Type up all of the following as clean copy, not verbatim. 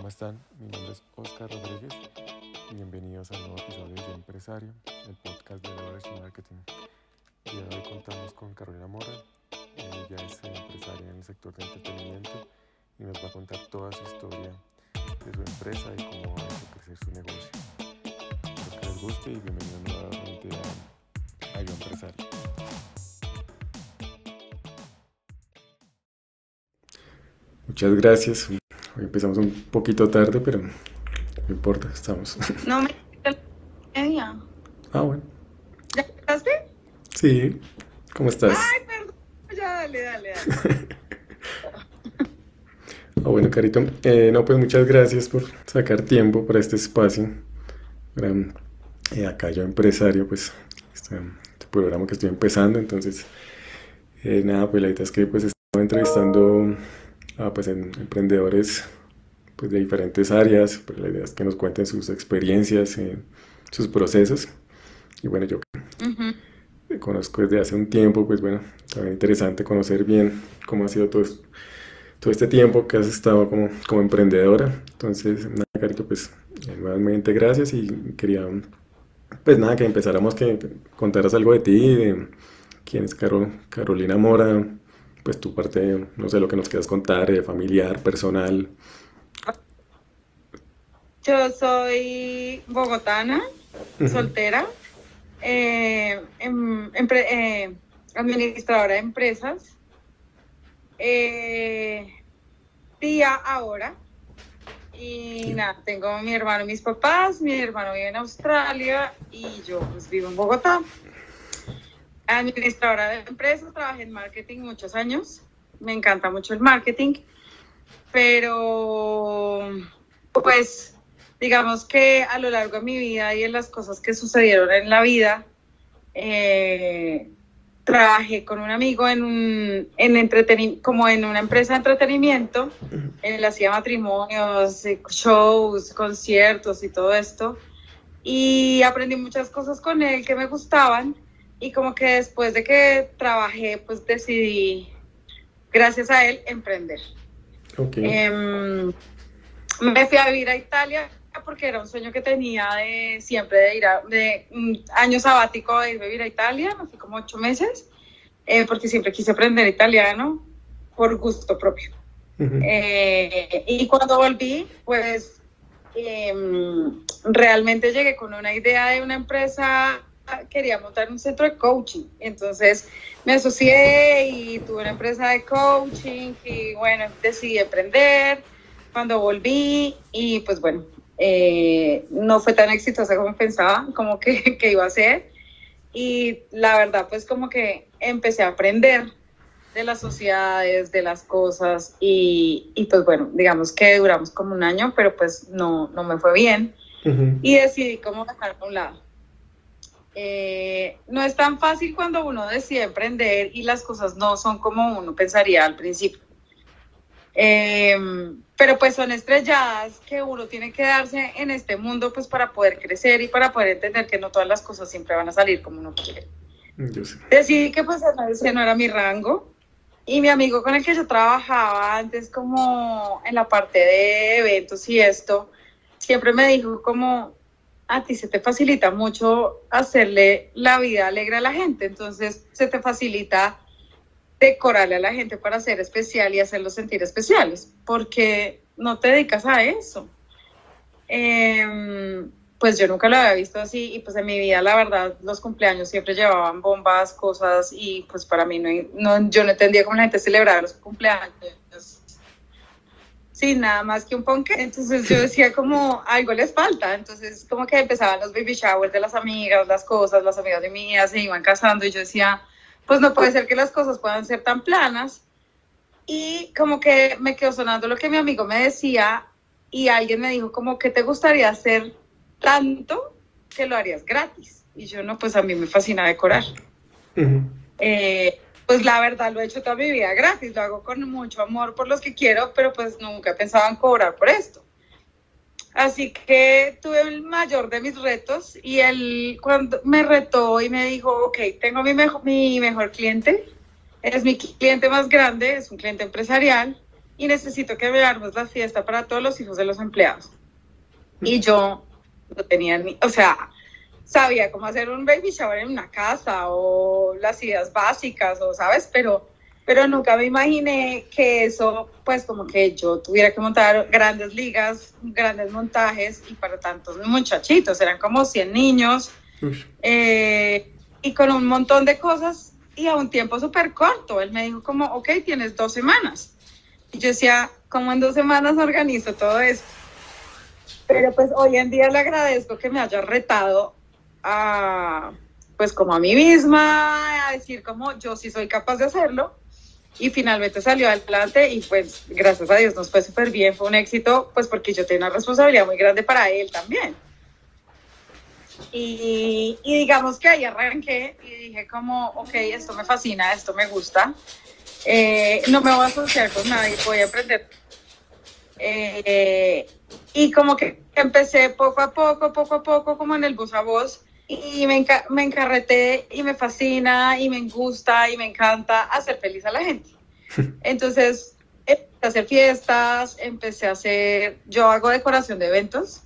¿cómo están? Mi nombre es Oscar Rodríguez y bienvenidos al nuevo episodio de Yo Empresario, el podcast de Leverage Marketing. El día de hoy contamos con Carolina Mora. Ella es empresaria en el sector de entretenimiento y nos va a contar toda su historia de su empresa y cómo ha hecho crecer su negocio. Espero que les guste y bienvenidos nuevamente a Yo Empresario. Muchas gracias. Hoy empezamos un poquito tarde, pero no importa, estamos. No me media. Ah, bueno. ¿Ya empezaste? Sí, ¿cómo estás? Ay, perdón. Ya, dale. Ah, bueno, Carito. No, pues muchas gracias por sacar tiempo para este espacio. Para, acá Yo Empresario, pues, este programa que estoy empezando. Entonces, nada, pues la idea es que pues estaba entrevistando a pues, emprendedores pues, de diferentes áreas. Pues la idea es que nos cuenten sus experiencias, sus procesos. Y bueno, yo te conozco desde hace un tiempo, pues bueno, también interesante conocer bien cómo ha sido todo este tiempo que has estado como emprendedora. Entonces, nada, Carito, pues nuevamente gracias y quería, pues nada, que empezáramos que contaras algo de ti, de quién es Carolina Mora, pues tu parte, no sé, lo que nos quieras contar, familiar, personal. Yo soy bogotana, soltera, administradora de empresas. Tía ahora. Y nada, tengo mi hermano y mis papás. Mi hermano vive en Australia y yo pues vivo en Bogotá. Administradora de empresas, trabajé en marketing muchos años. Me encanta mucho el marketing, pero pues digamos que a lo largo de mi vida y en las cosas que sucedieron en la vida, trabajé con un amigo como en una empresa de entretenimiento. Él hacía matrimonios, shows, conciertos y todo esto. Y aprendí muchas cosas con él que me gustaban. Y como que después de que trabajé, pues decidí, gracias a él, emprender. Okay. Me fui a vivir a Italia porque era un sueño que tenía de siempre de un año sabático de ir a vivir a Italia. Me fui como 8 meses porque siempre quise aprender italiano por gusto propio. Y cuando volví, pues realmente llegué con una idea de una empresa. Quería montar un centro de coaching, entonces me asocié y tuve una empresa de coaching y bueno, decidí emprender. Cuando volví y pues bueno, no fue tan exitosa como pensaba, como que iba a ser, y la verdad pues como que empecé a aprender de las sociedades, de las cosas y pues bueno, digamos que duramos como un año, pero pues no me fue bien y decidí como dejarlo a un lado. No es tan fácil cuando uno decide emprender y las cosas no son como uno pensaría al principio. Pero pues son estrelladas que uno tiene que darse en este mundo pues para poder crecer y para poder entender que no todas las cosas siempre van a salir como uno quiere. Yo sé. Decidí que pues ese no era mi rango y mi amigo con el que yo trabajaba antes como en la parte de eventos y esto, siempre me dijo como: a ti se te facilita mucho hacerle la vida alegre a la gente, entonces se te facilita decorarle a la gente para ser especial y hacerlos sentir especiales, porque no te dedicas a eso. Pues yo nunca lo había visto así y pues en mi vida la verdad los cumpleaños siempre llevaban bombas, cosas y pues para mí yo no entendía cómo la gente celebraba los cumpleaños sin nada más que un ponqué. Entonces yo decía como algo les falta, entonces como que empezaban los baby showers de las amigas, las cosas, las amigas de mi hija se iban casando y yo decía, pues no puede ser que las cosas puedan ser tan planas. Y como que me quedó sonando lo que mi amigo me decía y alguien me dijo como que te gustaría hacer tanto que lo harías gratis. Y yo no, pues a mí me fascina decorar. Pues la verdad lo he hecho toda mi vida gratis, lo hago con mucho amor por los que quiero, pero pues nunca he pensado en cobrar por esto. Así que tuve el mayor de mis retos y él cuando me retó y me dijo, ok, tengo mi mejor cliente, es mi cliente más grande, es un cliente empresarial, y necesito que me armes la fiesta para todos los hijos de los empleados. Y yo no tenía ni, o sea, sabía cómo hacer un baby shower en una casa o las ideas básicas, o sabes, pero nunca me imaginé que eso, pues como que yo tuviera que montar grandes ligas, grandes montajes y para tantos muchachitos, eran como 100 niños y con un montón de cosas y a un tiempo súper corto. Él me dijo como, ok, tienes 2 semanas. Y yo decía, ¿cómo en 2 semanas organizo todo eso? Pero pues hoy en día le agradezco que me haya retado a, pues como a mí misma, a decir como yo sí soy capaz de hacerlo. Y finalmente salió adelante y pues gracias a Dios nos fue súper bien, fue un éxito, pues porque yo tenía una responsabilidad muy grande para él también. Y digamos que ahí arranqué y dije como, ok, esto me fascina, esto me gusta, no me voy a asociar con nadie, voy a aprender. Y como que empecé poco a poco, como en el bus a voz, y me encarreté y me fascina y me gusta y me encanta hacer feliz a la gente. Entonces empecé a hacer fiestas, yo hago decoración de eventos,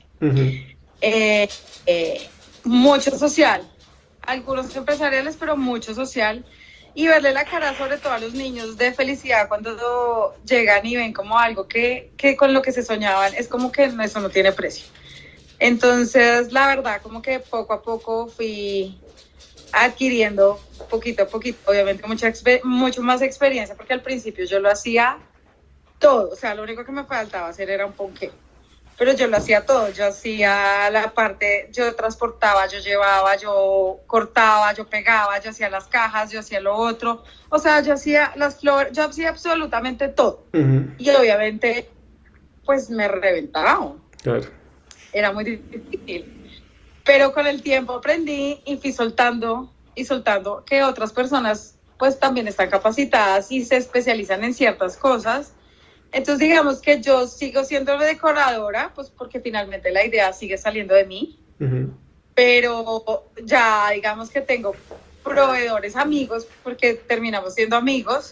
mucho social, algunos empresariales, pero mucho social. Y verle la cara sobre todo a los niños de felicidad cuando llegan y ven como algo que con lo que se soñaban, es como que eso no tiene precio. Entonces, la verdad, como que poco a poco fui adquiriendo, poquito a poquito, obviamente mucho más experiencia, porque al principio yo lo hacía todo, o sea, lo único que me faltaba hacer era un ponqué. Pero yo lo hacía todo, yo hacía la parte, yo transportaba, yo llevaba, yo cortaba, yo pegaba, yo hacía las cajas, yo hacía lo otro, o sea, yo hacía las flores, yo hacía absolutamente todo. Y obviamente, pues me reventaba. Claro. Era muy difícil. Pero con el tiempo aprendí y fui soltando que otras personas pues también están capacitadas y se especializan en ciertas cosas. Entonces digamos que yo sigo siendo decoradora, pues porque finalmente la idea sigue saliendo de mí, pero ya digamos que tengo proveedores amigos, porque terminamos siendo amigos,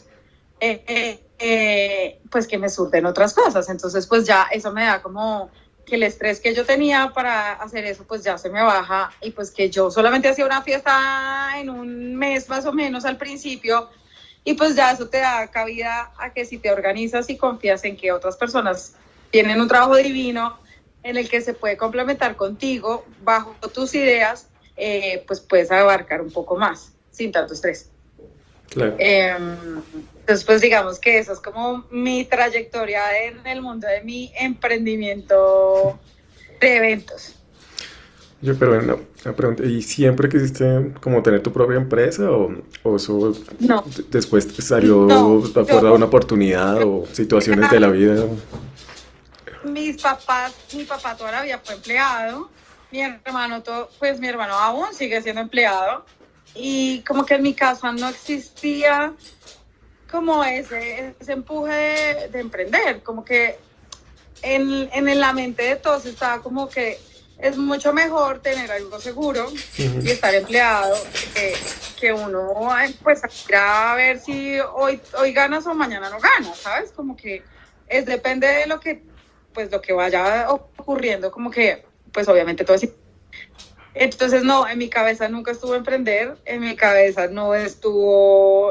pues que me surten otras cosas. Entonces pues ya eso me da como que el estrés que yo tenía para hacer eso pues ya se me baja, y pues que yo solamente hacía una fiesta en un mes más o menos al principio. Y pues ya eso te da cabida a que si te organizas y confías en que otras personas tienen un trabajo divino en el que se puede complementar contigo bajo tus ideas, pues puedes abarcar un poco más sin tanto estrés. Claro. Entonces pues digamos que eso es como mi trayectoria en el mundo de mi emprendimiento de eventos. Pero bueno, una pregunta, ¿y siempre quisiste como tener tu propia empresa o eso no, después salió de acuerdo a una oportunidad o situaciones de la vida? Mi papá toda la vida fue empleado, mi hermano aún sigue siendo empleado, y como que en mi casa no existía como ese empuje de emprender, como que en la mente de todos estaba como que es mucho mejor tener algo seguro y estar empleado que uno pues a ver si hoy ganas o mañana no ganas, ¿sabes? Como que depende de lo que vaya ocurriendo, como que pues obviamente todo es. Entonces no, en mi cabeza nunca estuvo emprender, en mi cabeza no estuvo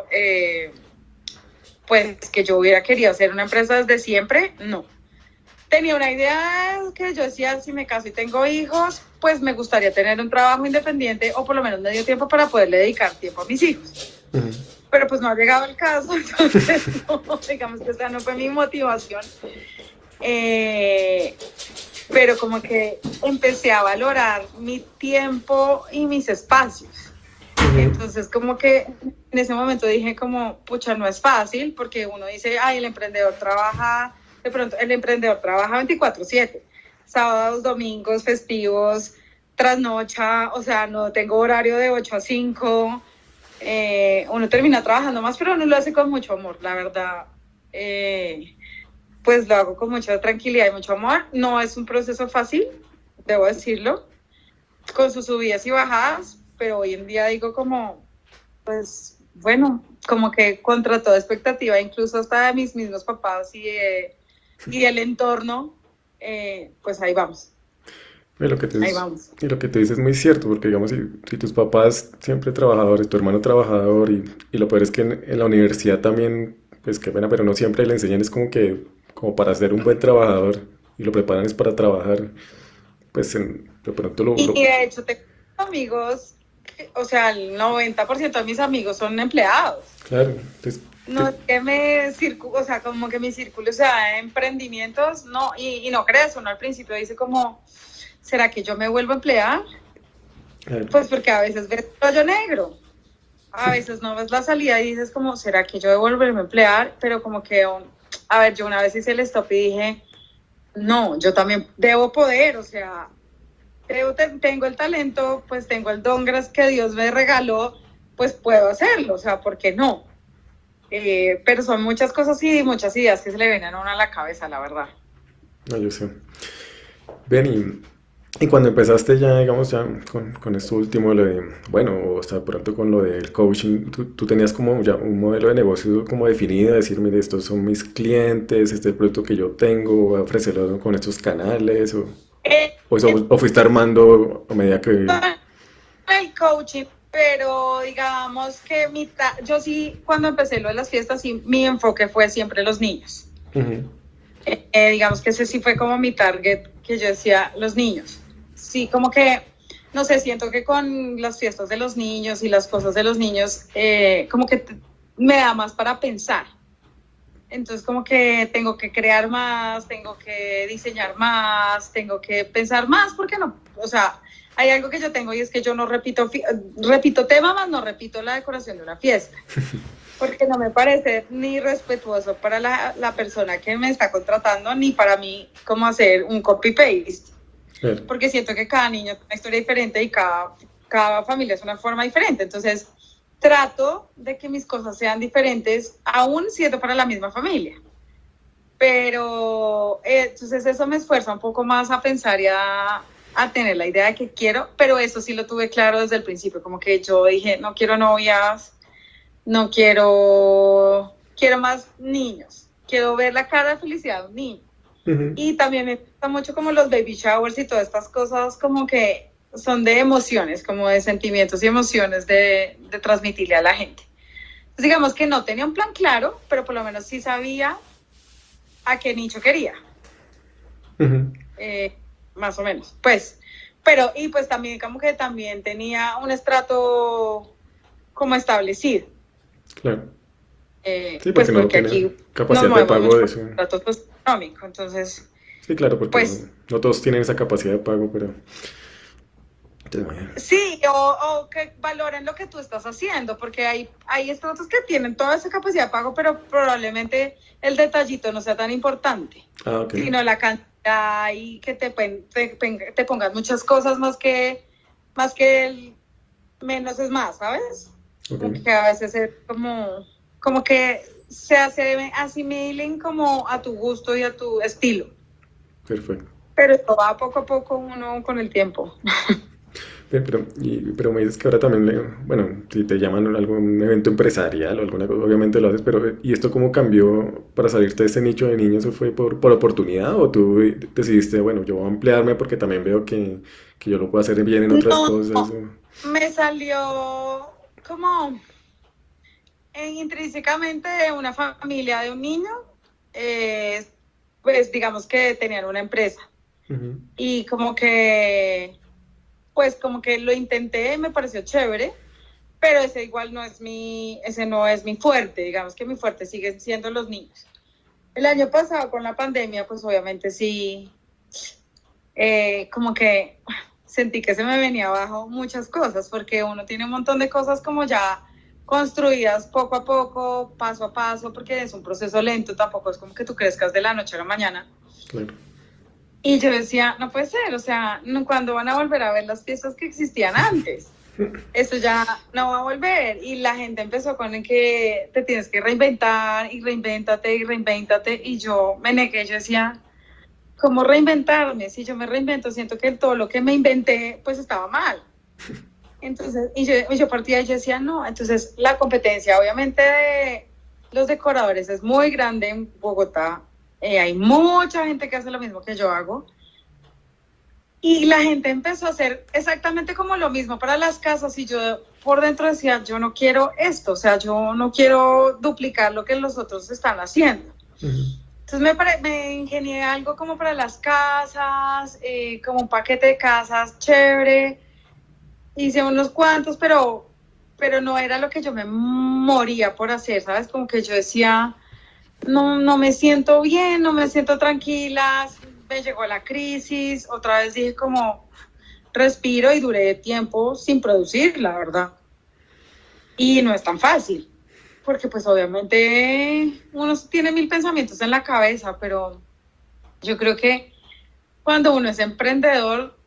pues que yo hubiera querido hacer una empresa desde siempre, no. Tenía una idea que yo decía, si me caso y tengo hijos, pues me gustaría tener un trabajo independiente o por lo menos medio tiempo para poderle dedicar tiempo a mis hijos. Pero pues no ha llegado el caso, entonces no, digamos que esa no fue mi motivación. Pero como que empecé a valorar mi tiempo y mis espacios. Entonces como que en ese momento dije como, pucha, no es fácil, porque uno dice, ay, el emprendedor trabaja 24/7, sábados, domingos, festivos, trasnocha, o sea, no tengo horario de 8 a 5, uno termina trabajando más, pero uno lo hace con mucho amor, la verdad, pues lo hago con mucha tranquilidad y mucho amor. No es un proceso fácil, debo decirlo, con sus subidas y bajadas, pero hoy en día digo como, pues bueno, como que contra toda expectativa, incluso hasta de mis mismos papás y el entorno, pues ahí vamos, Y lo que te, ahí vamos. y lo que te dices es muy cierto, porque digamos, si tus papás siempre trabajadores, tu hermano trabajador, y lo peor es que en la universidad también, pues qué pena, pero no siempre le enseñan es como que, como para ser un buen trabajador, y lo preparan es para trabajar, pues de pronto Y de hecho, tengo amigos, o sea, el 90% de mis amigos son empleados. claro, entonces, No es que o sea, como que mi círculo sea de emprendimientos, no, y no crees, uno al principio dice como, ¿será que yo me vuelvo a emplear? claro, Pues porque a veces ves el rollo negro, a veces no ves la salida y dices como, ¿será que yo debo volverme a emplear? Pero como que, a ver, yo una vez hice el stop y dije, no, yo también debo poder, o sea, tengo el talento, pues tengo el don gracias que Dios me regaló, pues puedo hacerlo, o sea, ¿por qué no? Pero son muchas cosas y muchas ideas que se le vienen a uno a la cabeza, la verdad. no, yo sé. Ven, y cuando empezaste ya, digamos, ya con esto último, lo de, bueno, o hasta pronto con lo del coaching, tú tenías como ya un modelo de negocio como definido, decir, mire, estos son mis clientes, este es el producto que yo tengo, voy a ofrecerlo con estos canales, Eh, o fuiste armando a medida que... el coaching, pero digamos que yo sí, cuando empecé lo de las fiestas, sí, mi enfoque fue siempre los niños. Ujú, Digamos que ese sí fue como mi target, que yo decía, los niños. Sí, como que, no sé, siento que con las fiestas de los niños y las cosas de los niños, como que me da más para pensar. Entonces como que tengo que crear más, tengo que diseñar más, tengo que pensar más, porque no, o sea, hay algo que yo tengo y es que yo no repito tema más, no repito la decoración de una fiesta, porque no me parece ni respetuoso para la persona que me está contratando, ni para mí como hacer un copy-paste, claro, porque siento que cada niño tiene una historia diferente y cada familia es una forma diferente, entonces trato de que mis cosas sean diferentes, aún siendo para la misma familia. Pero entonces eso me esfuerza un poco más a pensar y a tener la idea de que quiero, pero eso sí lo tuve claro desde el principio, como que yo dije, no quiero novias, no quiero más niños, quiero ver la cara de felicidad de un niño. ujú, Y también me gusta mucho como los baby showers y todas estas cosas como que son de emociones, como de sentimientos y emociones de transmitirle a la gente. Entonces, digamos que no tenía un plan claro, pero por lo menos sí sabía a qué nicho quería, ujú, más o menos. Pues, pero, y pues también como que también tenía un estrato como establecido, claro. Sí, pues porque no porque tiene aquí nos capacidad de movemos pago mucho de por eso. estratos económicos, entonces, Sí, claro, porque no, pues no todos tienen esa capacidad de pago, pero... entonces, sí, o que valoren lo que tú estás haciendo, porque hay estratos que tienen toda esa capacidad de pago, pero probablemente el detallito no sea tan importante, ah, ok, sino la cantidad y que te pongas muchas cosas más que el menos es más, ¿sabes? Como ok, que a veces es como que se asimilen como a tu gusto y a tu estilo, perfecto. pero esto va poco a poco uno con el tiempo. Pero me dices que ahora también, bueno, si te llaman a algún evento empresarial o alguna cosa, obviamente lo haces, pero ¿y esto cómo cambió para salirte de ese nicho de niños? ¿Eso fue por oportunidad o tú decidiste, bueno, yo voy a emplearme porque también veo que yo lo puedo hacer bien en otras No, cosas? me salió como intrínsecamente de una familia de un niño, eh, pues digamos que tenían una empresa Ujú, y pues como que lo intenté, me pareció chévere, pero ese no es mi fuerte, digamos que mi fuerte siguen siendo los niños. El año pasado con la pandemia, pues obviamente sí, como que sentí que se me venía abajo muchas cosas, porque uno tiene un montón de cosas como ya construidas poco a poco, paso a paso, porque es un proceso lento, tampoco es como que tú crezcas de la noche a la mañana. claro. Y yo decía, no puede ser, o sea, ¿cuándo van a volver a ver las fiestas que existían antes? Eso ya no va a volver. Y la gente empezó con el que te tienes que reinventar y reinvéntate y reinvéntate. Y yo me negué, yo decía, ¿cómo reinventarme? Si yo me reinvento, siento que todo lo que me inventé pues estaba mal. Entonces, y yo partía y yo decía, no, entonces la competencia obviamente de los decoradores es muy grande en Bogotá, hay mucha gente que hace lo mismo que yo hago, y la gente empezó a hacer exactamente como lo mismo para las casas, y yo por dentro decía, yo no quiero esto, o sea, yo no quiero duplicar lo que los otros están haciendo. Entonces me ingenié algo como para las casas, como un paquete de casas chévere. Hice unos cuantos, pero no era lo que yo me moría por hacer, ¿sabes? Como que yo decía, no me siento bien, no me siento tranquila, me llegó la crisis, otra vez dije como, respiro, y duré tiempo sin producir, la verdad. Y no es tan fácil, porque pues obviamente uno tiene mil pensamientos en la cabeza, pero yo creo que cuando uno es emprendedor,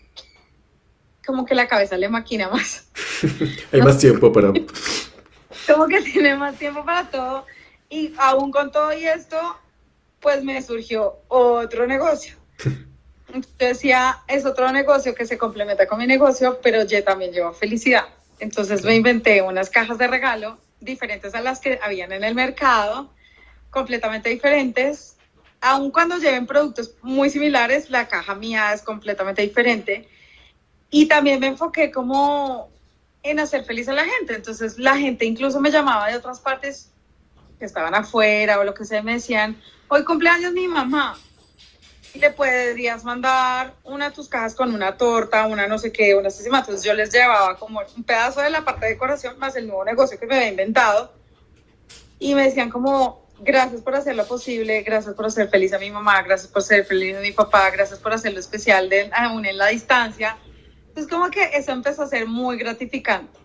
como que la cabeza le maquina más. Hay más tiempo para... Como que tiene más tiempo para todo. Y aún con todo y esto, pues me surgió otro negocio. Entonces decía, es otro negocio que se complementa con mi negocio, pero yo también llevo felicidad. Entonces me inventé unas cajas de regalo diferentes a las que habían en el mercado, completamente diferentes. Aun cuando lleven productos muy similares, la caja mía es completamente diferente. Y también me enfoqué como en hacer feliz a la gente. Entonces la gente incluso me llamaba de otras partes que estaban afuera o lo que sea, me decían, hoy cumpleaños mi mamá, le podrías mandar una de tus cajas con una torta, una no sé qué, una asesima. Entonces yo les llevaba como un pedazo de la parte de decoración más el nuevo negocio que me había inventado, y me decían como, gracias por hacerlo posible, gracias por hacer feliz a mi mamá, gracias por ser feliz a mi papá, gracias por hacerlo especial aún en la distancia. Entonces como que eso empezó a ser muy gratificante.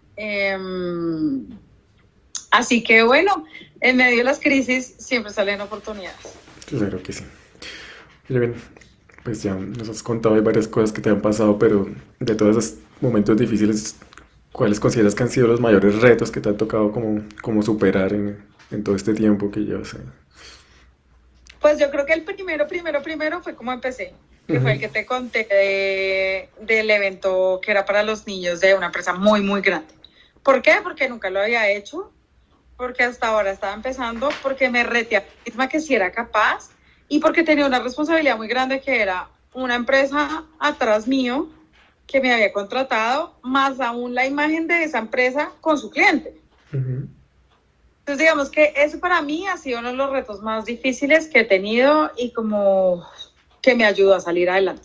Así que bueno, en medio de las crisis siempre salen oportunidades. Claro que sí. Oye, bien, pues ya nos has contado de varias cosas que te han pasado, pero de todos esos momentos difíciles, ¿cuáles consideras que han sido los mayores retos que te han tocado como superar en todo este tiempo que llevas? Pues yo creo que el primero fue como empecé, que fue el que te conté del evento que era para los niños de una empresa muy, muy grande. ¿Por qué? Porque nunca lo había hecho, porque hasta ahora estaba empezando, porque me reté a mí misma que sí era capaz, y porque tenía una responsabilidad muy grande, que era una empresa atrás mío que me había contratado, más aún la imagen de esa empresa con su cliente. Entonces digamos que eso para mí ha sido uno de los retos más difíciles que he tenido, y como que me ayudó a salir adelante.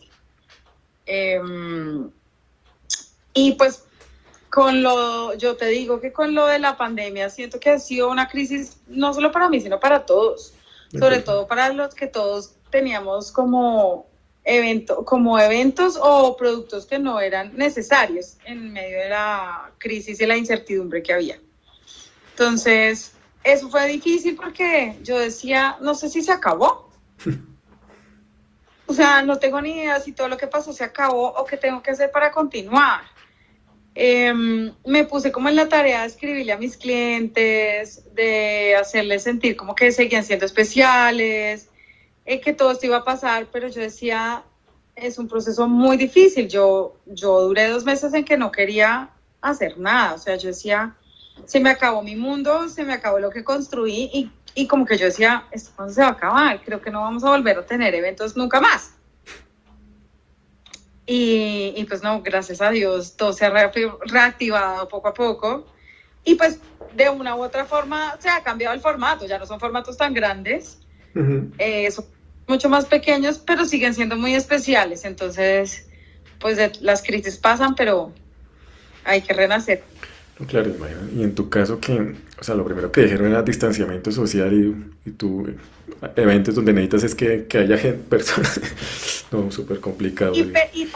Y pues yo te digo que con lo de la pandemia siento que ha sido una crisis no solo para mí, sino para todos. Sobre todo para los que todos teníamos como eventos o productos que no eran necesarios en medio de la crisis y la incertidumbre que había. Entonces, eso fue difícil porque yo decía, no sé si se acabó. O sea, no tengo ni idea si todo lo que pasó se acabó o qué tengo que hacer para continuar. Me puse como en la tarea de escribirle a mis clientes, de hacerles sentir como que seguían siendo especiales, que todo esto iba a pasar, pero yo decía, es un proceso muy difícil. Yo duré 2 meses en que no quería hacer nada. O sea, yo decía, se me acabó mi mundo, se me acabó lo que construí, y como que yo decía, esto no se va a acabar, creo que no vamos a volver a tener eventos nunca más. Y pues no, gracias a Dios, todo se ha reactivado poco a poco, y pues de una u otra forma se ha cambiado el formato, ya no son formatos tan grandes, son mucho más pequeños, pero siguen siendo muy especiales. Entonces, pues las crisis pasan, pero hay que renacer. Claro, imagino. Y en tu caso que, o sea, lo primero que dijeron era distanciamiento social, y tú, eventos donde necesitas es que haya gente, personas, no, súper complicado. Y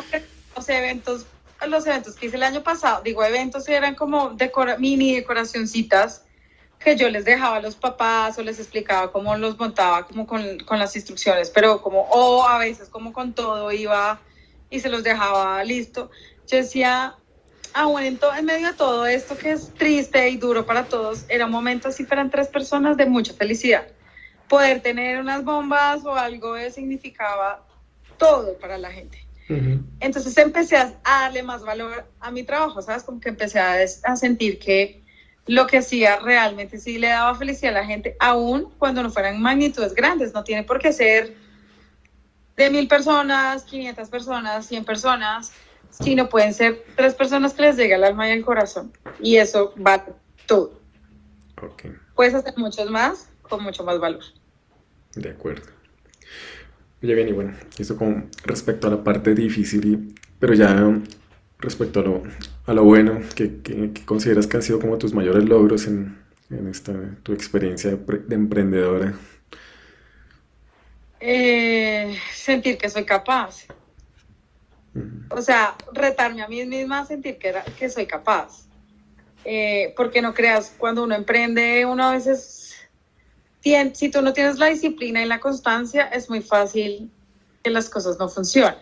los eventos que hice el año pasado, digo eventos, eran como mini decoracioncitas que yo les dejaba a los papás o les explicaba cómo los montaba, como con las instrucciones, pero o a veces como con todo iba y se los dejaba listo. Yo decía, bueno, en medio de todo esto que es triste y duro para todos, era un momento así para 3 personas de mucha felicidad. Poder tener unas bombas o algo significaba todo para la gente. Ujú. Entonces empecé a darle más valor a mi trabajo, ¿sabes? Como que empecé a sentir que lo que hacía realmente sí le daba felicidad a la gente, aún cuando no fueran magnitudes grandes. No tiene por qué ser de 1000 personas, 500 personas, 100 personas, sino pueden ser 3 personas que les llegue al alma y al corazón. Y eso va todo. Ok, Puedes hacer muchos más con mucho más valor. de acuerdo. Oye, bien, y bueno, eso como respecto a la parte difícil, pero ya respecto a lo bueno, que consideras que han sido como tus mayores logros en esta, tu experiencia de emprendedora. Sentir que soy capaz. Ujú. O sea, retarme a mí misma a sentir que soy capaz. Porque no creas, cuando uno emprende, uno a veces, si tú no tienes la disciplina y la constancia, es muy fácil que las cosas no funcionen.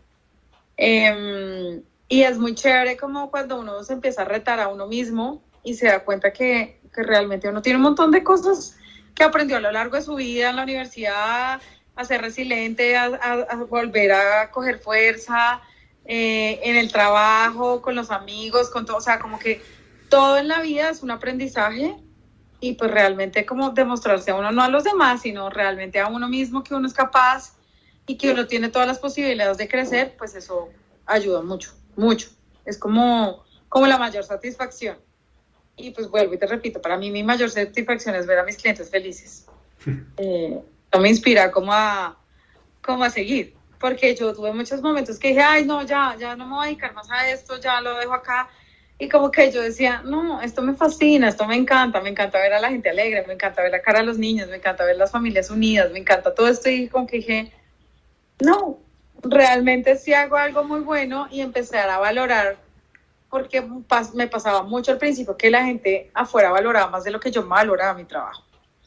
Y es muy chévere como cuando uno se empieza a retar a uno mismo y se da cuenta que realmente uno tiene un montón de cosas que aprendió a lo largo de su vida en la universidad, a ser resiliente, a volver a coger fuerza, en el trabajo, con los amigos, con todo, o sea, como que todo en la vida es un aprendizaje y pues realmente como demostrarse a uno, no a los demás, sino realmente a uno mismo que uno es capaz y que uno tiene todas las posibilidades de crecer, pues eso ayuda mucho, mucho. Es como la mayor satisfacción. Y pues vuelvo y te repito, para mí mi mayor satisfacción es ver a mis clientes felices. Eso me inspira como a seguir, porque yo tuve muchos momentos que dije, ay, no, ya no me voy a dedicar más a esto, ya lo dejo acá. Y como que yo decía, no, esto me fascina, esto me encanta ver a la gente alegre, me encanta ver la cara de los niños, me encanta ver las familias unidas, me encanta todo esto. Y como que dije, no, realmente sí hago algo muy bueno y empezar a valorar, porque me pasaba mucho al principio que la gente afuera valoraba más de lo que yo valoraba mi trabajo.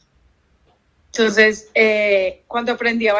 Entonces, cuando aprendí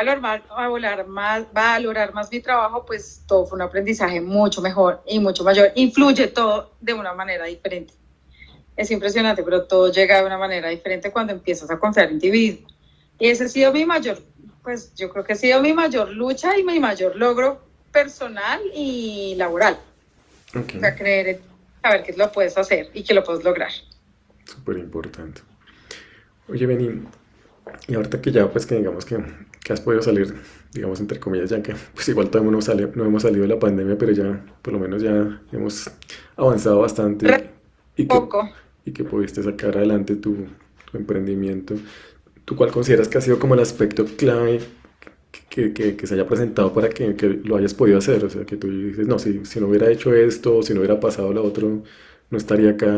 valorar más mi trabajo, pues todo fue un aprendizaje mucho mejor y mucho mayor. Influye todo de una manera diferente. Es impresionante, pero todo llega de una manera diferente cuando empiezas a confiar en ti mismo. Y ese ha sido mi mayor, pues yo creo que ha sido mi mayor lucha y mi mayor logro personal y laboral. Ok, O sea, creer en saber que lo puedes hacer y que lo puedes lograr. súper importante. Oye, Beni, y ahorita que ya, pues que digamos que has podido salir, digamos, entre comillas, ya que pues igual todavía no hemos salido de la pandemia, pero ya, por lo menos ya hemos avanzado bastante y que, Poco. y que pudiste sacar adelante tu emprendimiento. ¿Tú cuál consideras que ha sido como el aspecto clave que se haya presentado para que lo hayas podido hacer? O sea, que tú dices, no, si no hubiera hecho esto, si no hubiera pasado lo otro, no estaría acá.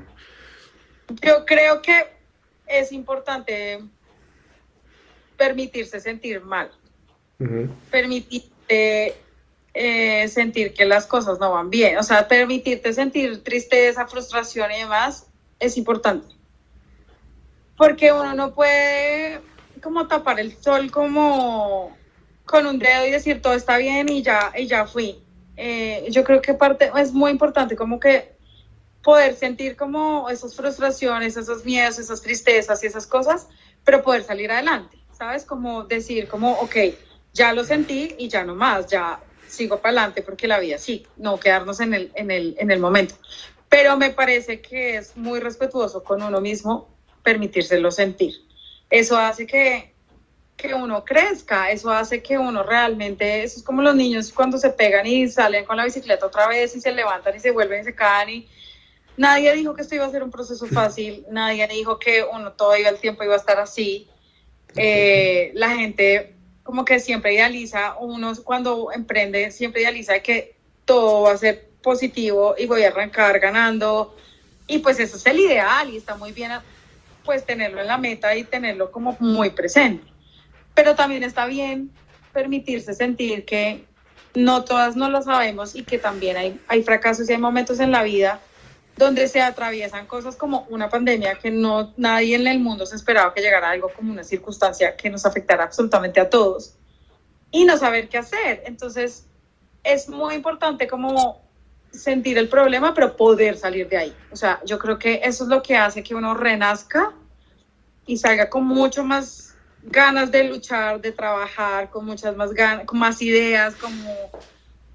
Yo creo que es importante permitirse sentir mal, Ujú. permitirte sentir que las cosas no van bien, o sea, permitirte sentir tristeza, frustración y demás es importante, porque uno no puede como tapar el sol como con un dedo y decir todo está bien y ya fui. Yo creo que parte es muy importante como que poder sentir como esas frustraciones, esos miedos, esas tristezas y esas cosas, pero poder salir adelante, ¿sabes? Como decir, como, ok, ya lo sentí y ya no más, ya sigo para adelante porque la vida sí, no quedarnos en el momento. Pero me parece que es muy respetuoso con uno mismo permitírselo sentir. Eso hace que uno crezca, eso hace que uno realmente, eso es como los niños cuando se pegan y salen con la bicicleta otra vez y se levantan y se vuelven y se caen y nadie dijo que esto iba a ser un proceso fácil, nadie dijo que uno todo el tiempo iba a estar así. De acuerdo. La gente como que siempre idealiza, uno cuando emprende siempre idealiza que todo va a ser positivo y voy a arrancar ganando. Y pues eso es el ideal y está muy bien pues tenerlo en la meta y tenerlo como muy presente. Pero también está bien permitirse sentir que no todas no lo sabemos y que también hay fracasos y hay momentos en la vida donde se atraviesan cosas como una pandemia que no nadie en el mundo se esperaba que llegara algo como una circunstancia que nos afectara absolutamente a todos y no saber qué hacer. Entonces es muy importante como sentir el problema, pero poder salir de ahí. O sea, yo creo que eso es lo que hace que uno renazca y salga con mucho más ganas de luchar, de trabajar, con muchas más ganas, con más ideas, como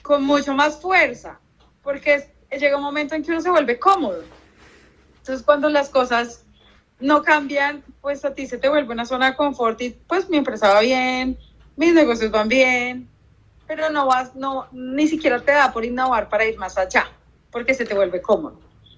con mucho más fuerza, porque llega un momento en que uno se vuelve cómodo. Entonces, cuando las cosas no cambian, pues a ti se te vuelve una zona de confort y pues mi empresa va bien, mis negocios van bien, pero ni siquiera te da por innovar para ir más allá, porque se te vuelve cómodo.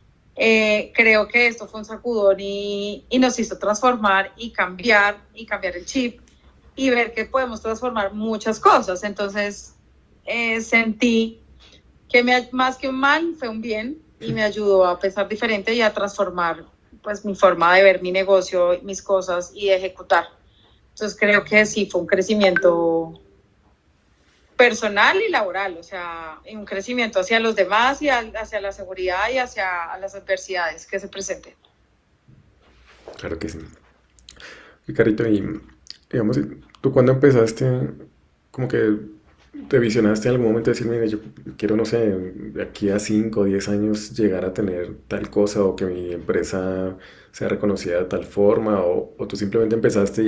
Creo que esto fue un sacudón y nos hizo transformar y cambiar el chip y ver que podemos transformar muchas cosas. Entonces, sentí que más que un mal fue un bien y me ayudó a pensar diferente y a transformar pues mi forma de ver mi negocio, mis cosas y de ejecutar. Entonces creo que sí fue un crecimiento personal y laboral, o sea, un crecimiento hacia los demás y hacia la seguridad y hacia las adversidades que se presenten. Claro que sí. Y Carito, y digamos, tú cuando empezaste, como que te visionaste en algún momento de decir, mira, yo quiero, no sé, de aquí a 5 o 10 años llegar a tener tal cosa o que mi empresa sea reconocida de tal forma, o tú simplemente empezaste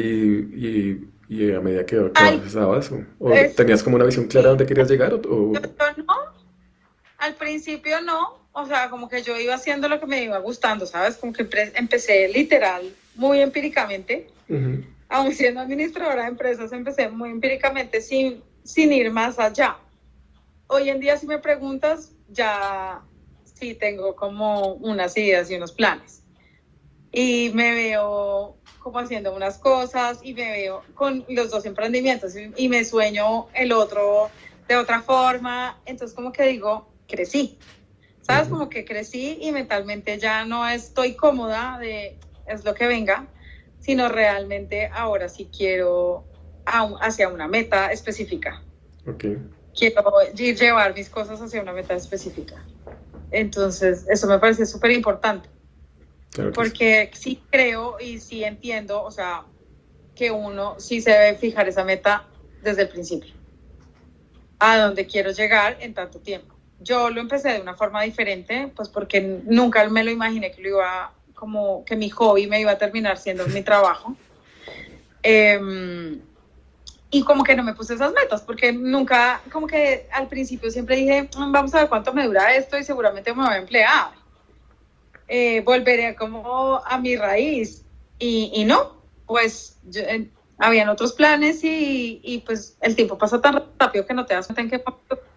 y a medida que Ay, avanzabas, o tenías como una visión clara de dónde querías llegar, yo no, al principio no, o sea, como que yo iba haciendo lo que me iba gustando, ¿sabes? Como que empecé literal, muy empíricamente, Ujú. aún siendo administradora de empresas, empecé muy empíricamente sin ir más allá. Hoy en día, si me preguntas, ya sí tengo como unas ideas y unos planes. Y me veo como haciendo unas cosas y me veo con los dos emprendimientos y me sueño el otro de otra forma. Entonces como que digo, crecí, ¿sabes? Ujú. Como que crecí y mentalmente ya no estoy cómoda de es lo que venga, sino realmente ahora sí quiero hacia una meta específica. Ok, Quiero llevar mis cosas hacia una meta específica. Entonces, eso me parece súper importante, claro que sí. porque sí creo y sí entiendo, o sea, que uno sí se debe fijar esa meta desde el principio, a dónde quiero llegar en tanto tiempo. Yo lo empecé de una forma diferente, pues porque nunca me lo imaginé que lo iba, como que mi hobby me iba a terminar siendo mi trabajo. Y como que no me puse esas metas, porque nunca, como que al principio siempre dije, vamos a ver cuánto me dura esto y seguramente me voy a emplear. Volveré como a mi raíz. Y no, pues habían otros planes y pues el tiempo pasa tan rápido que no te das cuenta en qué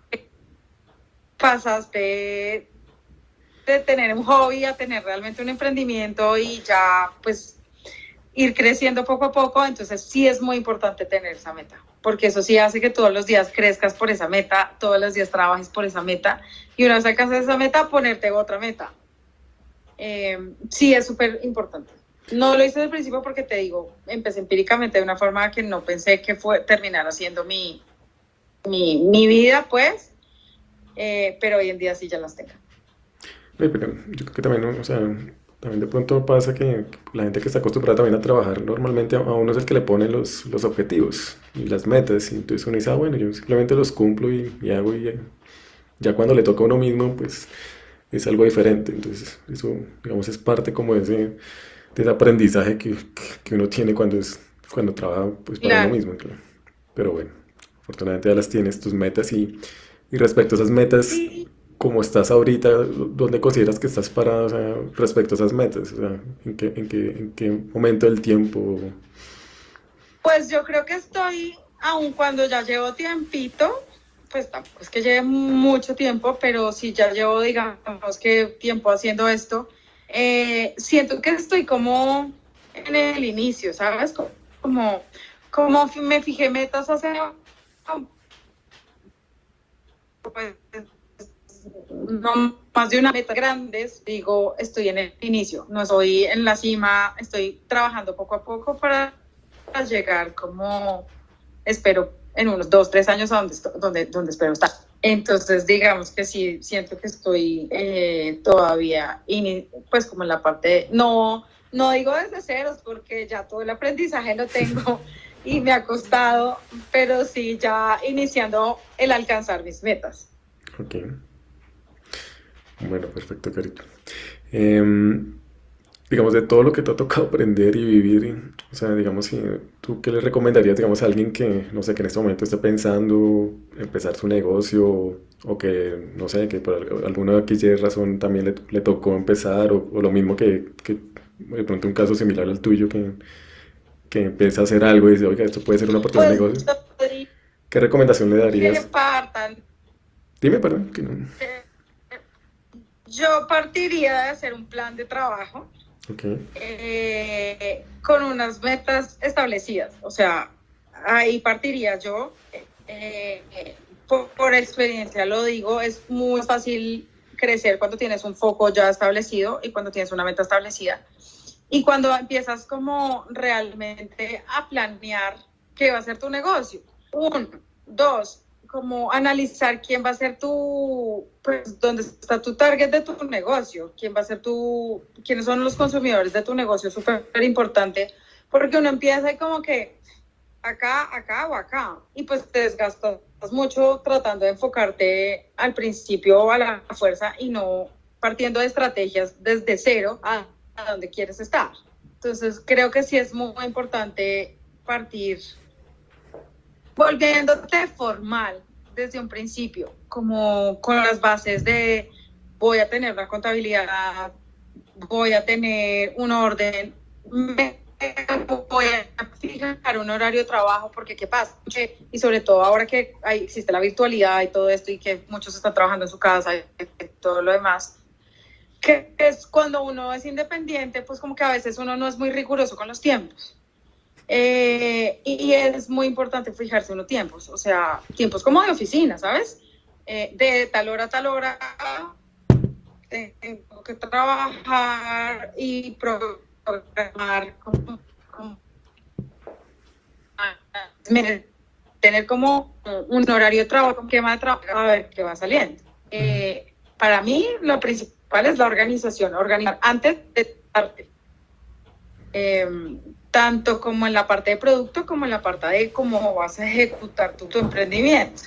pasas de tener un hobby a tener realmente un emprendimiento y ya pues ir creciendo poco a poco. Entonces sí es muy importante tener esa meta, porque eso sí hace que todos los días crezcas por esa meta, todos los días trabajes por esa meta y una vez alcanzas esa meta, ponerte otra meta. Sí es súper importante. No lo hice desde el principio porque te digo, empecé empíricamente de una forma que no pensé que terminar haciendo mi vida, pues, pero hoy en día sí ya las tengo. Pero yo creo que también, ¿no? O sea, también de pronto pasa que la gente que está acostumbrada también a trabajar normalmente a uno es el que le pone los objetivos y las metas y entonces uno dice, ah, bueno, yo simplemente los cumplo y hago y ya cuando le toca a uno mismo, pues es algo diferente. Entonces eso, digamos, es parte como de ese aprendizaje que uno tiene cuando trabaja pues para uno Claro. mismo, claro. Pero bueno, afortunadamente ya las tienes tus metas y respecto a esas metas, Sí, ¿cómo estás ahorita? ¿Dónde consideras que estás parada, o sea, respecto a esas metas? O sea, ¿en qué momento del tiempo? pues yo creo que estoy, aun cuando ya llevo tiempito, pues tampoco es que lleve mucho tiempo, pero sí ya llevo, digamos que tiempo haciendo esto, siento que estoy como en el inicio, ¿sabes? Como, como me fijé metas hace pues, no más de una meta grandes, digo, estoy en el inicio, no estoy en la cima, estoy trabajando poco a poco para llegar como espero en unos 2, 3 años a donde espero estar. Entonces, digamos que sí, siento que estoy todavía, pues como en la parte, no digo desde ceros, porque ya todo el aprendizaje lo tengo y me ha costado, pero sí ya iniciando el alcanzar mis metas. Ok, bueno, perfecto, Carito. Em, digamos, de todo lo que te ha tocado aprender y vivir, o sea, digamos, si tú qué le recomendarías, digamos, a alguien que, no sé, que en este momento esté pensando empezar su negocio o que, no sé, que por alguna X y razón también le tocó empezar o lo mismo que de pronto un caso similar al tuyo que empieza a hacer algo y dice, oiga, esto puede ser una oportunidad de Pues negocio. yo diría ¿Qué recomendación le que darías? partan. Dime, perdón, que no. eh, Yo partiría de hacer un plan de trabajo Ok, con unas metas establecidas. O sea, ahí partiría yo. Por experiencia lo digo, es muy fácil crecer cuando tienes un foco ya establecido y cuando tienes una meta establecida. Y cuando empiezas como realmente a planear qué va a ser tu negocio. Uno, dos, como analizar quién va a ser pues, dónde está tu target de tu negocio, quién va a ser quiénes son los consumidores de tu negocio, súper importante, porque uno empieza y como que acá, acá o acá, y pues te desgastas mucho tratando de enfocarte al principio a la fuerza y no partiendo de estrategias desde cero a donde quieres estar. Entonces creo que sí es muy importante partir volviéndote formal desde un principio, como con las bases de voy a tener una contabilidad, voy a tener un orden, voy a fijar un horario de trabajo, porque ¿qué pasa? Y sobre todo ahora que existe la virtualidad y todo esto y que muchos están trabajando en su casa y todo lo demás, que es cuando uno es independiente, pues como que a veces uno no es muy riguroso con los tiempos. Y es muy importante fijarse unos tiempos, o sea, tiempos como de oficina, ¿sabes? De tal hora a tal hora tengo que trabajar y programar, tener como un horario de trabajo, un esquema de trabajo, a ver qué va saliendo. Para mí, lo principal es la organización, organizar antes de parte. Tanto como en la parte de producto como en la parte de cómo vas a ejecutar tu emprendimiento.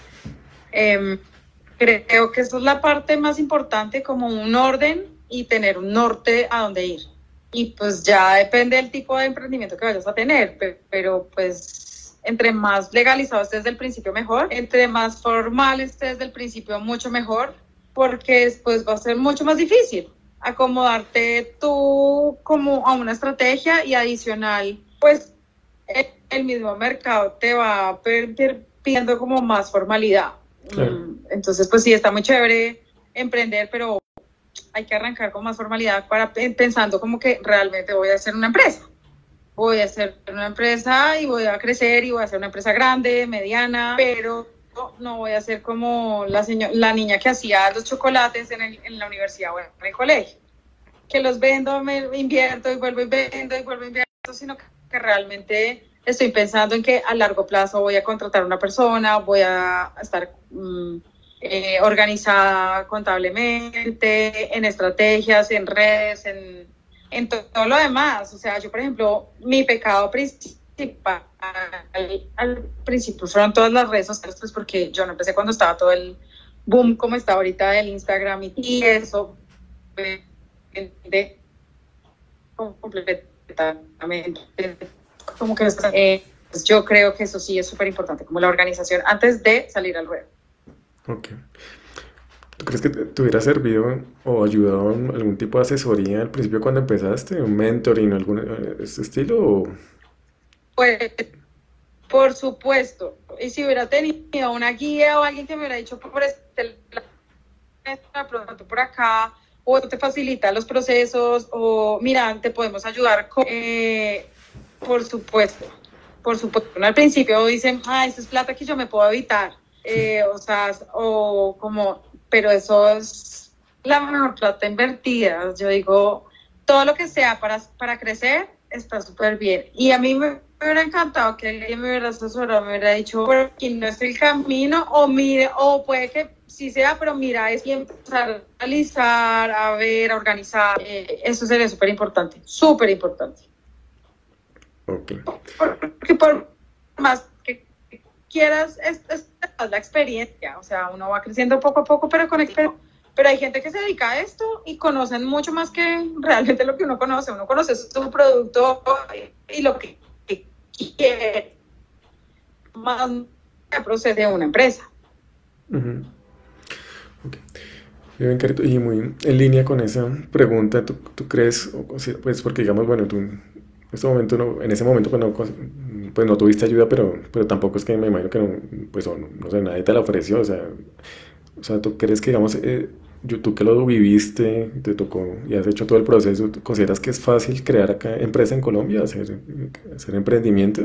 Creo que eso es la parte más importante, como un orden y tener un norte a dónde ir. Y pues ya depende del tipo de emprendimiento que vayas a tener, pero pues entre más legalizado estés desde el principio mejor, entre más formal estés desde el principio mucho mejor, porque después va a ser mucho más difícil acomodarte tú como a una estrategia y adicional, pues el mismo mercado te va pidiendo como más formalidad. claro. Entonces, pues sí, está muy chévere emprender, pero hay que arrancar con más formalidad pensando como que realmente voy a hacer una empresa. Voy a hacer una empresa y voy a crecer y voy a hacer una empresa grande, mediana, pero no voy a ser como la niña que hacía los chocolates en la universidad o en el colegio, que los vendo, me invierto y vuelvo y vendo y vuelvo y invierto, sino que realmente estoy pensando en que a largo plazo voy a contratar a una persona, voy a estar organizada contablemente, en estrategias, en redes, en todo lo demás. O sea, yo, por ejemplo, mi pecado principal al principio fueron todas las redes sociales, pues porque yo no empecé cuando estaba todo el boom como está ahorita del Instagram y eso de completamente como que yo creo que eso sí es súper importante, como la organización antes de salir al ruedo. Ok. ¿Tú crees que te hubiera servido o ayudado en algún tipo de asesoría al principio cuando empezaste? ¿Un mentoring o algún ese estilo? Pues, por supuesto, y si hubiera tenido una guía o alguien que me hubiera dicho por este pronto por acá, o te facilita los procesos, o mira, te podemos ayudar con, por supuesto, por supuesto. Al principio dicen, eso es plata que yo me puedo evitar, o sea, o como, pero eso es la mejor plata invertida. Yo digo, todo lo que sea para crecer está súper bien. Y a mí me hubiera encantado que alguien me hubiera asesorado, me hubiera dicho, por aquí no es el camino, o mire, o puede que sí sea, pero mira, es que empezar a analizar, a ver, a organizar, eso sería súper importante, súper importante. Ok. Porque por más que quieras, es la experiencia, o sea, uno va creciendo poco a poco, pero con experiencia pero hay gente que se dedica a esto y conocen mucho más que realmente lo que uno conoce. Uno conoce su producto y lo que quiere más que procede de una empresa. Ujú. Ok. Bien, Carito, y muy en línea con esa pregunta, ¿tú crees, o sea, pues porque digamos, bueno, tú en este momento no, en ese momento pues no tuviste ayuda, pero tampoco es que me imagino que no, pues o no sé, nadie te la ofreció, o sea, ¿tú crees que digamos, tú que lo viviste, te tocó y has hecho todo el proceso, ¿tú consideras que es fácil crear acá empresa en Colombia, hacer emprendimiento?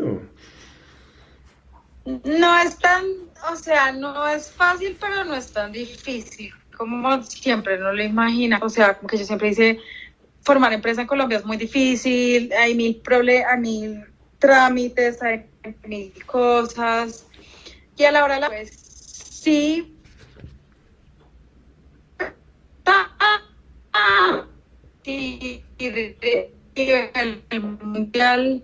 No es tan, o sea, no es fácil, pero no es tan difícil como siempre no lo imagina. O sea, como que yo siempre dice, formar empresa en Colombia es muy difícil, hay hay mil trámites, hay mil cosas. Y a la hora de la vez, sí, sí, y el mundial,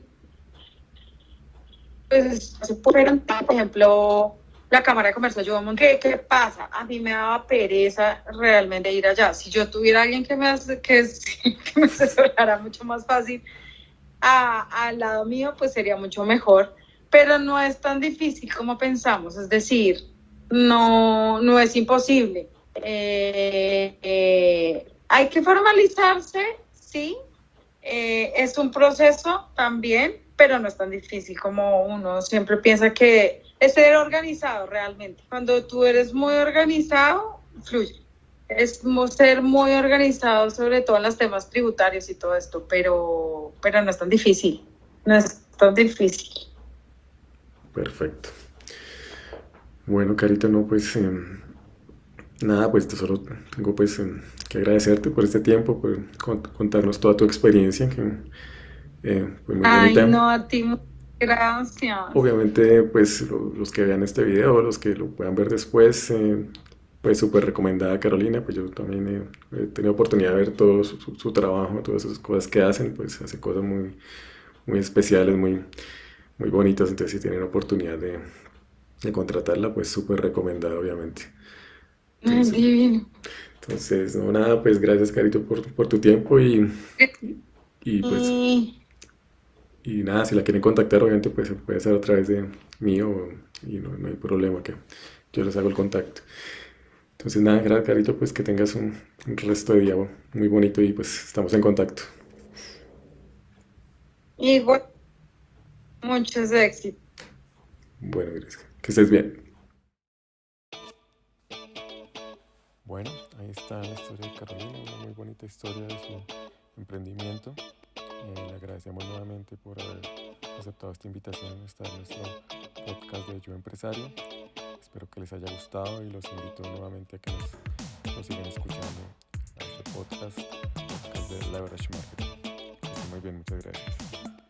pues se fueron, por ejemplo, la Cámara de Comercio ayudó un montón. ¿Qué pasa? A mí me daba pereza realmente ir allá. Si yo tuviera alguien que me asesorara mucho más fácil al lado mío, pues sería mucho mejor. Pero no es tan difícil como pensamos. Es decir, no es imposible. Hay que formalizarse, sí, es un proceso también, pero no es tan difícil como uno siempre piensa que es ser organizado realmente. Cuando tú eres muy organizado, fluye. Es ser muy organizado, sobre todo en los temas tributarios y todo esto, pero no es tan difícil. No es tan difícil. Perfecto. Bueno, Carito, no, pues nada, pues solo tengo pues que agradecerte por este tiempo, por contarnos toda tu experiencia, que pues muy Ay, bonita. no, a ti, gracias. Obviamente, pues los que vean este video, los que lo puedan ver después, pues súper recomendada Carolina, pues yo también he tenido oportunidad de ver todo su trabajo, todas esas cosas que hacen, pues hace cosas muy especiales, muy bonitas, entonces si tienen oportunidad de contratarla, pues súper recomendada, obviamente. Ay, Entonces, divino. no, nada, pues gracias, Carito, por tu tiempo y pues, Y y nada, si la quieren contactar, obviamente, pues se puede hacer a través de mí y no hay problema que yo les hago el contacto. Entonces, nada, gracias, Carito, pues que tengas un resto de día muy bonito y pues estamos en contacto. igual, muchos éxitos. Bueno, gracias. Que estés bien. Bueno, ahí está la historia de Carolina, una muy bonita historia de su emprendimiento. Le agradecemos nuevamente por haber aceptado esta invitación a estar en nuestro podcast de Yo Empresario. Espero que les haya gustado y los invito nuevamente a que nos sigan escuchando a este podcast de Leverage Marketing. Que estén muy bien, muchas gracias.